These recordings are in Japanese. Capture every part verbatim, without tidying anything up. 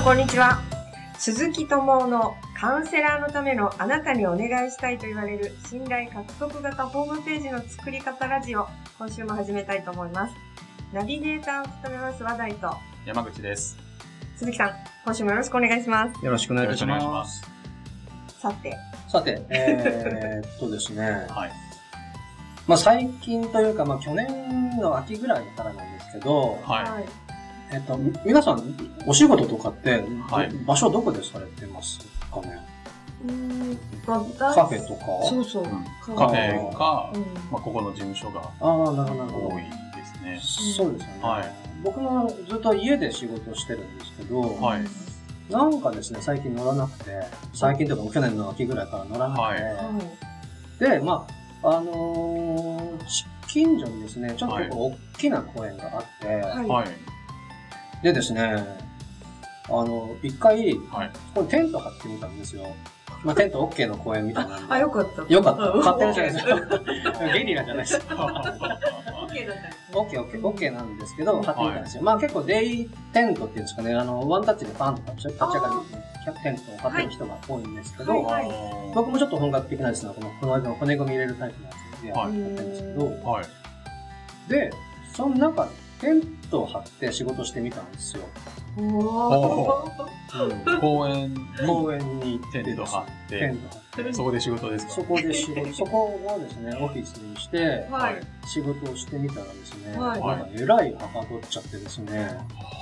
んこんにちは。鈴木智夫のカウンセラーのためのあなたにお願いしたいと言われる信頼獲得型ホームページの作り方ラジオ、今週も始めたいと思います。ナビゲーターを務めます話題と山口です。 鈴木さん、今週もよろしくお願いします。 よろしくお願いします。 さてさて、えー、っとですね、 はい。 まあ最近というか、まあ去年の秋ぐらいからなんですけど、 はい。 えっと、皆さん、お仕事とかって、 はい、 場所どこでされてますかね？ うーんカフェとか？ そうそう。うん、 カフェか、うん、まあここの事務所が多いですね。 そうですよね。はい。僕もずっと家で仕事してるんですけど、 はい。 なんかですね、最近乗らなくて、最近というか去年の秋ぐらいから乗らなくて、はい、で、まあ、あのー、近所にですね、ちょっと大きな公園があって、はいはい、でですね、あの、一回、はい、ここにテント張ってみたんですよ。まあ、テント OK の公園みたいなんで。 あ、よかった。 よかった。勝手にじゃないですか。ゲリラじゃないです。 OK だったんですね。 OK、OK、OK なんですけど、張ってみたんですよ。まあ結構デイテントっていうんですかね、あの、ワンタッチでパンとか、立ち上がり、テントを張ってる人が多いんですけど、はいはい、僕もちょっと本格的なですね、この骨組み入れるタイプのやつでやってるんですけど、はい、で、その中でテントを張って仕事してみたんですよ。 おー、 うん、公園公園にテント張って、 テント張って、 そこで仕事ですか？ そこで仕事、そこをですね、オフィスにして、はい、仕事をしてみたらですね、はい、なんかえらいはかどっちゃってですね、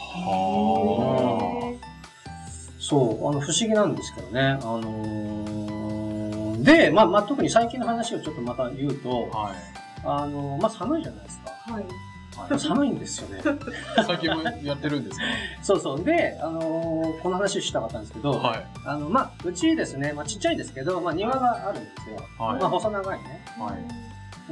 はあ、そう、あの、不思議なんですけどね、あのー、で、まあ、まあ、特に最近の話をちょっとまた言うと、はい、あのー、まあ、寒いじゃないですか。はい、でも寒いんですよね。 最近もやってるんですか？ そうそう。で、あのー、この話をしたかったんですけど、はい、あの、まあ、うちですね、まあ、ちっちゃいですけど、まあ、庭があるんですよ。はい、まあ、細長いね。はい、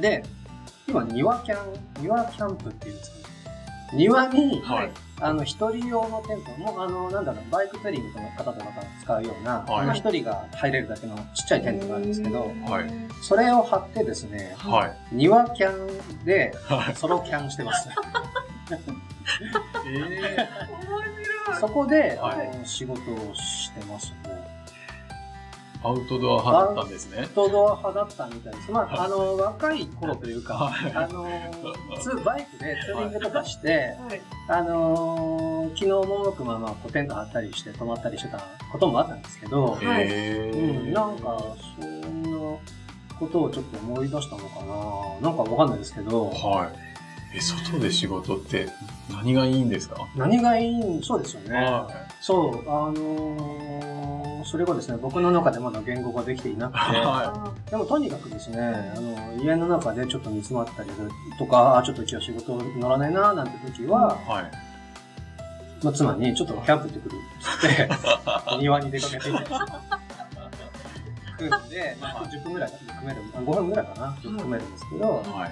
で、今、庭キャン、庭キャンプっていうんですかね。庭に、はい、あの、一人用のテントも、あの、なんだろう、バイクツーリングの方とかが使うような、はい、まあ、一人が入れるだけのちっちゃいテントがあるんですけど、はい、それを張ってですね、はい、庭キャンで、ソロキャンしてます。 えー、そこで、はい、仕事をしてますね。 アウトドア派だったんですね。 アウトドア派だったみたいです。まあ、あの、若い頃というか、はい、あの、ツバイクでツーリングとかして、はい、あの、昨日も僕もまあ、テント張ったりして泊まったりしてたこともあったんですけど、はい、うん、なんか、そんなことをちょっと思い出したのかな。なんかわかんないですけど、 はい。え、外で仕事って何がいいんですか？ 何がいいん、そうですよね。はい、そう、あのー、それがですね、僕の中でまだ言語ができていなくて、はい、でもとにかくですね、あの、家の中でちょっと煮詰まったりとか、ちょっと今日仕事乗らないなーなんて時は、はい、まあ、妻にちょっとキャンプ行ってくるって言って、庭に出かけて行って、組んで、まあ、じゅっぷんぐらい組める、ごふんぐらいかな、組めるんですけど、はい、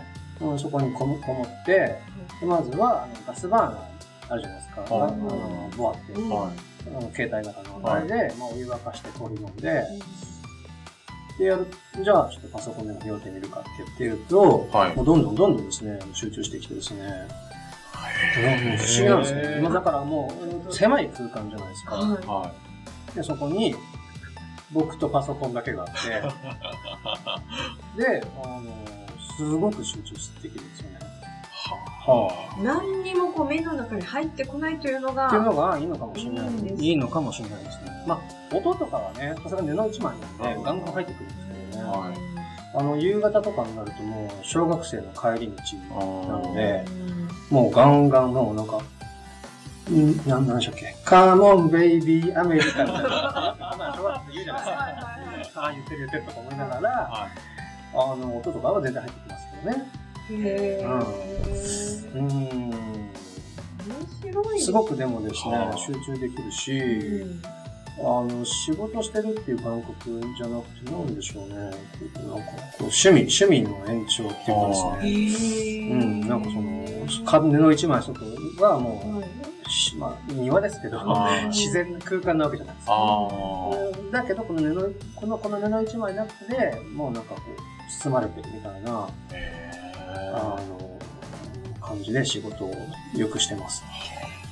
そこにこも、こもって、でまずはあのガスバーナーあるじゃないですか。はい、あのボアって、はい、あの携帯型のあれで、はい、まあ、お湯沸かして取り飲んで、でやる、じゃあちょっとパソコンでも見てみるかって言ってると、はい、もうどんどんどんどんですね、集中してきてですね、もう不思議なんですよ。今だからもう狭い空間じゃないですか。はい、でそこに僕とパソコンだけがあって、で、あのすごく集中できるんですよね。 はあ、何にもこう目の中に入ってこないというのが、 っていうのがいいのかもしれない。いいんです。いいのかもしれないですね。まあ、音とかはね、さすがに布一枚なんで、ガンガン入ってくるんですけどね。はい、あの、夕方とかになるともう、小学生の帰り道なので、もうガンガンの、なんか、んな、なんでしたっけ、カーモンベイビーアメリカみたいな、まあ、小学生言うじゃないですか。ああ、言ってる言ってるとか思いながら、はい、あの、音とかは全然入ってきますけどね。へー。うん。面白い。 すごくでもですね、集中できるし、うん、あの、仕事してるっていう感覚じゃなくて、なんでしょうね。なんか、こう、趣味、趣味の延長っていうかですね。うん、なんかその、布の一枚外はもう、うん、まあ、庭ですけど、自然な空間なわけじゃないですか。だけど、この布、この、この布一枚なくて、もうなんかこう、包まれてるみたいな、あの、感じで仕事をよくしてます。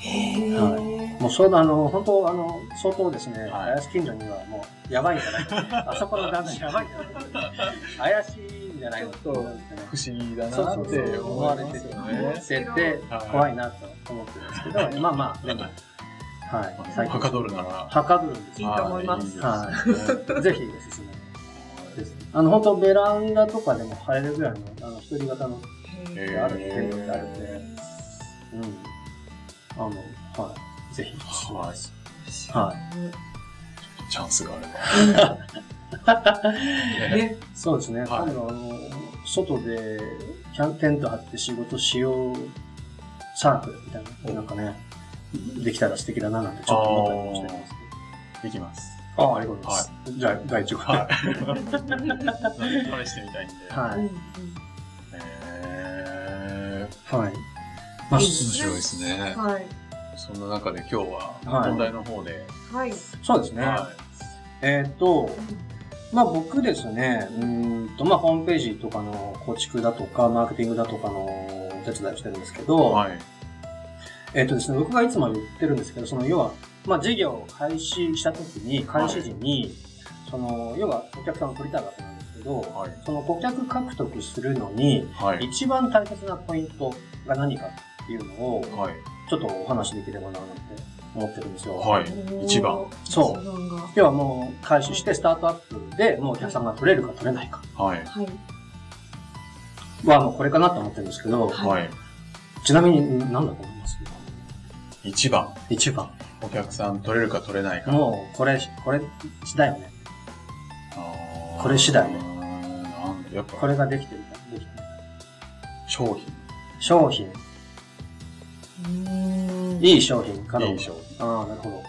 へはい。もうそう、あの、本当、あの、相当ですね、怪し近所にはもう、やばいんじゃないあそこの旦那やばいんじゃない怪しいんじゃないのと、 不思議だなって思われてるよね。 設定、怖いなと思ってるんですけど、まあまあ、でも、はい。 はかどるなら。 はかどるんですいいと思います。 はい。ぜひおすすめです。あの、本当ベランダとかでも入るぐらいの、あの、一人型の、ある程度であるんで、うん。あの、はい。ぜひ。 はい。 はい。 チャンスがあれば。 ね、そうですね。はい、今度あの、外でキャンテント張って仕事しようサークルみたいな、なんかね、できたら素敵だななんてちょっと思ったりもしてますけど。できます。 ああ、ありがとうございます。はい、じゃあ、第一号。はい。 試してみたいんで。 はい。 へー。はい。 面白いですね。 はい。 そんな中で今日は問題の方で。 はい。 そうですね。はい、えっと、まあ僕ですね、うんと、まあホームページとかの構築だとか、マーケティングだとかのお手伝いをしてるんですけど、はい、えっとですね、僕がいつも言ってるんですけど、その要は、まあ事業を開始した時に、開始時に、はい、その、要はお客さんを取りたいわけなんですけど、はい、その顧客獲得するのに、はい、一番大切なポイントが何かっていうのを、はい、ちょっとお話できればななんて思ってるんですよ。 はい。一番。 そう。要はもう開始してスタートアップでもうお客さんが取れるか取れないか。はい。はもうこれかなと思ってるんですけど、はい。ちなみに何だと思います？ 一番。 一番。 お客さん取れるか取れないか。 もうこれ、これ次第よね。あこれ次第ね。なんでやっぱこれができてるか、できてない。 商品。 商品。いい商品かどうか。 いい商品。 ああ、なるほど。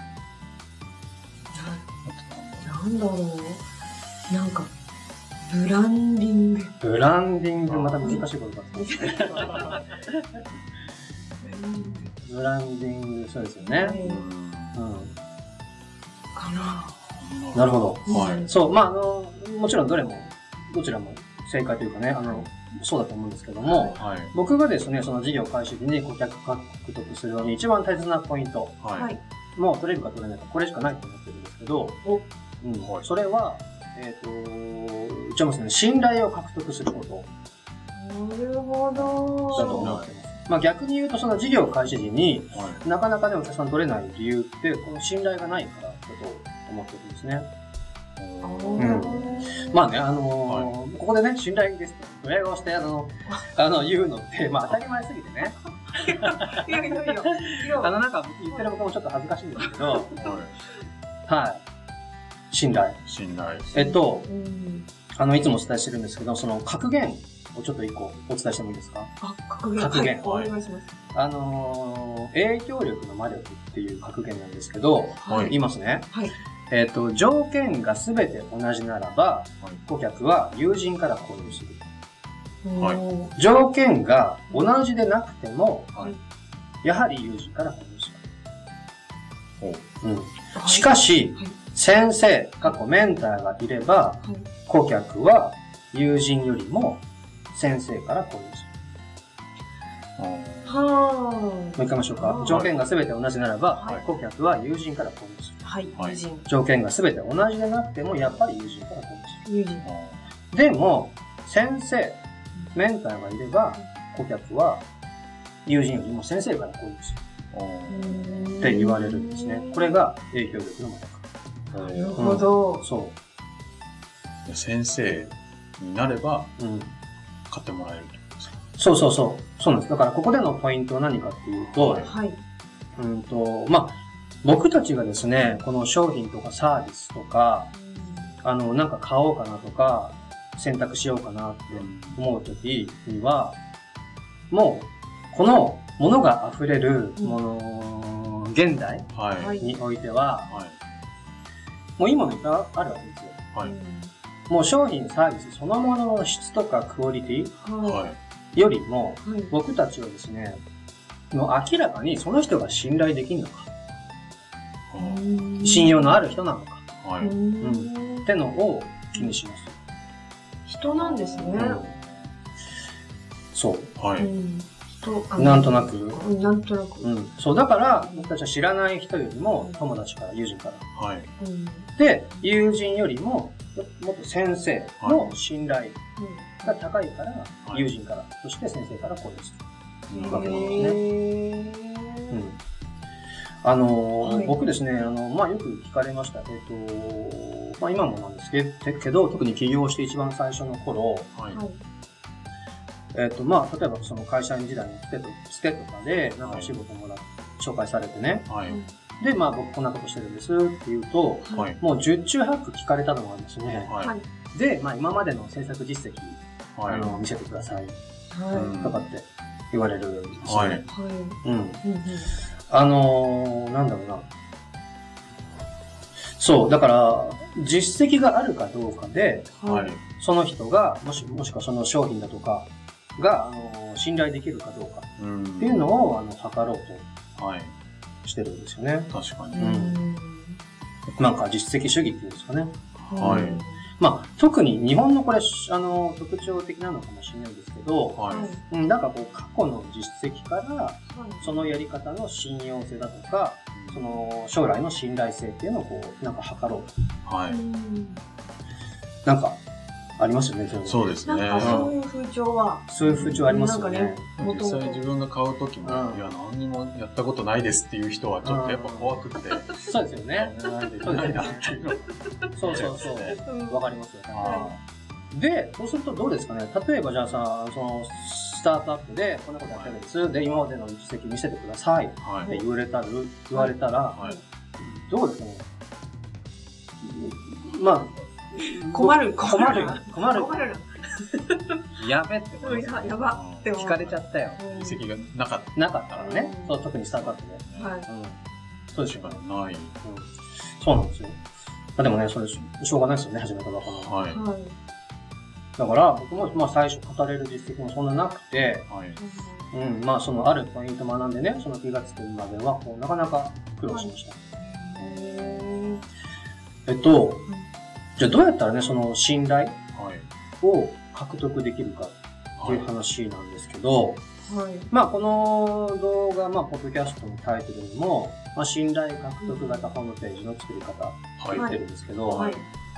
な、なんだろう。なんか、ブランディング。 ブランディング、また難しいことだったんですね。ブランディング、そうですよね。うん。 かな。 なるほど。はい。そう、まあ、あの、もちろんどれも、どちらも正解というかね、あの、そうだと思うんですけども、はい、僕がですね、その事業開始時に顧客獲得するのに一番大切なポイント、はい、もう取れるか取れないか、これしかないと思ってるんですけど、うんはい、それは、えっと、言っちゃいますね、信頼を獲得すること。 なるほど。 だと思ってます。まあ逆に言うと、その事業開始時に、はい、なかなかね、お客さん取れない理由って、この信頼がないからだと思ってるんですね。うん、まあね、あのーはい、ここでね、信頼ですと、ドヤ顔して、あの、あの、言うのって、まあ当たり前すぎてね。 いやいやいや。 あの、なんか言ってる僕もちょっと恥ずかしいんですけど、はい。はい。信頼。 信頼。 えっと、うん、あの、いつもお伝えしてるんですけど、その格言をちょっと一個お伝えしてもいいですか？ あ、格言。 格言。 はい、お願いします。 あのー、影響力の魔力っていう格言なんですけど、はい、言いますね。はい。えっと、条件がすべて同じならば、はい、顧客は友人から購入する。はい、条件が同じでなくても、はい、やはり友人から購入する。うん、しかし、はい、先生、過去メンターがいれば、はい、顧客は友人よりも先生から購入する。はもう一回言いましょうか。条件がすべて同じならば、はい、顧客は友人から購入する。 はい、友人。 条件がすべて同じでなくても、やっぱり友人から購入する。友人。でも、先生、メンターがいれば、顧客は友人よりも先生から購入する。って言われるんですね。これが影響力の魔力。 なるほど、 うん。そう。 先生になれば、うん、買ってもらえる。 そうそうそう。そうなんです。だからここでのポイントは何かっていうと、はい。うんと、まあ、僕たちがですね、この商品とかサービスとか、あの、なんか買おうかなとか、選択しようかなって思うときには、もう、このものが溢れる、もの、現代においては、はい、もういいものいっぱいあるわけですよ。はい、もう商品、サービスそのものの質とかクオリティ、はいよりも、はい、僕たちはですね、の明らかにその人が信頼できるのか、信用のある人なのか、はい、うん、ってのを気にします。 人なんですね。うん、 そう。はい。うん、 と、 なんとなく。 なんとなく。 うん。そう、だから、僕たちは知らない人よりも、友達から、友人から。 はい。 で、友人よりも、もっと先生の信頼が高いから、はい、友人から、そして先生からこうです。わけなんですね。うん。あのーはい、僕ですね、あの、まあ、よく聞かれました。えっと、まあ、今もなんですけど、特に起業して一番最初の頃、はい、えっと、まあ、例えばその会社員時代のつてと、つてとかで、なんか仕事もら、紹介されてね。はい、で、まあ、僕こんなことしてるんですって言うと、はい、もう十中八九聞かれたのがですね。はい、で、まあ、今までの制作実績、はい、あの、見せてください。はい、とかって言われるんですね。はい。うん。あのー、なんだろうな。そう、だから、実績があるかどうかで、はい、その人が、もし、もしくはその商品だとかが、あのー、信頼できるかどうかっていうのを、あの、測ろうと、はい、してるんですよね。 確かに。 うん。なんか実績主義っていうんですかね。はい。まあ、特に日本のこれ、あの、特徴的なのかもしれないんですけど、はい、うん、なんかこう、過去の実績から、はい、そのやり方の信用性だとか、その、将来の信頼性っていうのをこう、なんか測ろうと。はい。なんか、ありますよね、 そうですね。 なんかそういう風潮は。 そういう風潮ありますよね。ね実際自分が買うときも、うん、いや、何にもやったことないですっていう人はちょっとやっぱ怖くて。 そうですよね。 そうそうそう。わかりますよ。で、そうするとどうですかね。例えばじゃあさ、その、スタートアップでこんなことやってるんです。はい、で、今までの実績見せてください。はい、って言われたら、言われたら、はい、どうですかね。まあ、 困る、 困る、困る。 困る。 やべって思う。 や、やばって思う。 聞かれちゃったよ。 実績がなかった。 なかったからね。そう、特にスタートアップで。はい。そうですよね。 ない。 そうなんですよ。でもね、それ、しょうがないですよね、始めたばかり。はい。だから、僕も、まあ最初語れる実績もそんななくて、はい。うん、まあそのあるポイント学んでね、その気がつくまでは、こう、なかなか苦労しました。えっと、じゃあどうやったらね、その信頼を獲得できるかっていう話なんですけど、はい、まあこの動画、まあポッドキャストのタイトルにも、まあ信頼獲得型ホームページの作り方って言ってるんですけど、はいはい、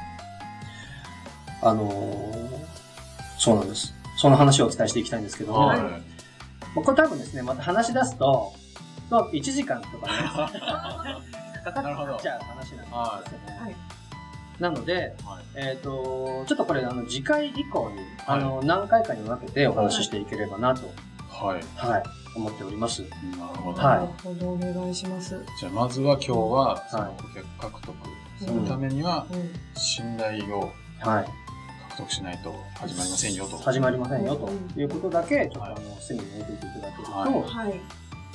あのー、そうなんです。その話をお伝えしていきたいんですけども、はい、これ多分ですね、また話し出すと、いちじかんとかね、かかっちゃう話なんですよね。はい、なので、はい、えっ、ー、と、ちょっとこれ、あの、次回以降に、はい、あの、何回かに分けてお話ししていければなと、はい。はい。思っております。なるほど。はい。なるほど、お願いします。 じゃあ、まずは今日は、その顧客獲得するためには、信頼を、はい。獲得しないと始まりませんよと。 始まりませんよということだけ、ちょっとあの、隅に置いていただけると、はい。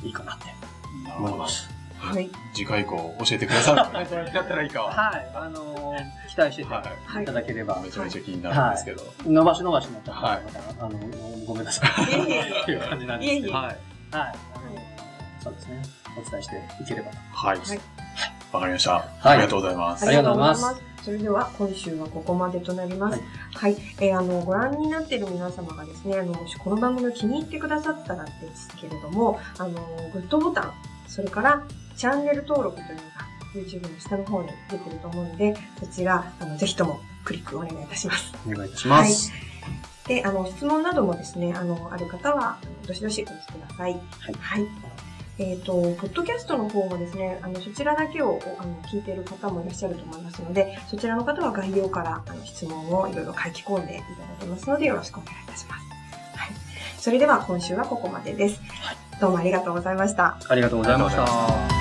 いいかなって思います。 はい。次回以降教えてくださるかね。どうやったらいいかは。 はい。あのー、期待していただければ。 めちゃめちゃ気になるんですけど。 伸ばし伸ばしになっちゃったら、また、あの、ごめんなさい。っていう感じなんですけど。はい。はい。そうですね。お伝えしていければと。 はい。わかりました。ありがとうございます。 ありがとうございます。 それでは今週はここまでとなります。はい。えあの、ご覧になっている皆様がですね、あの、もしこの番組を気に入ってくださったらですけれども、あの、グッドボタン、それから、チャンネル登録というのが YouTube の下の方に出てると思うので、そちら、あの、ぜひともクリックお願いいたします。 お願いいたします。 はい。で、あの、質問などもですね、あの、ある方は、どしどしお寄せください。はい。はい。えっと、ポッドキャストの方もですね、あの、そちらだけを、あの、聞いている方もいらっしゃると思いますので、そちらの方は概要から、あの、質問をいろいろ書き込んでいただけますので、よろしくお願いいたします。はい。それでは、今週はここまでです。はい。どうもありがとうございました。 ありがとうございました。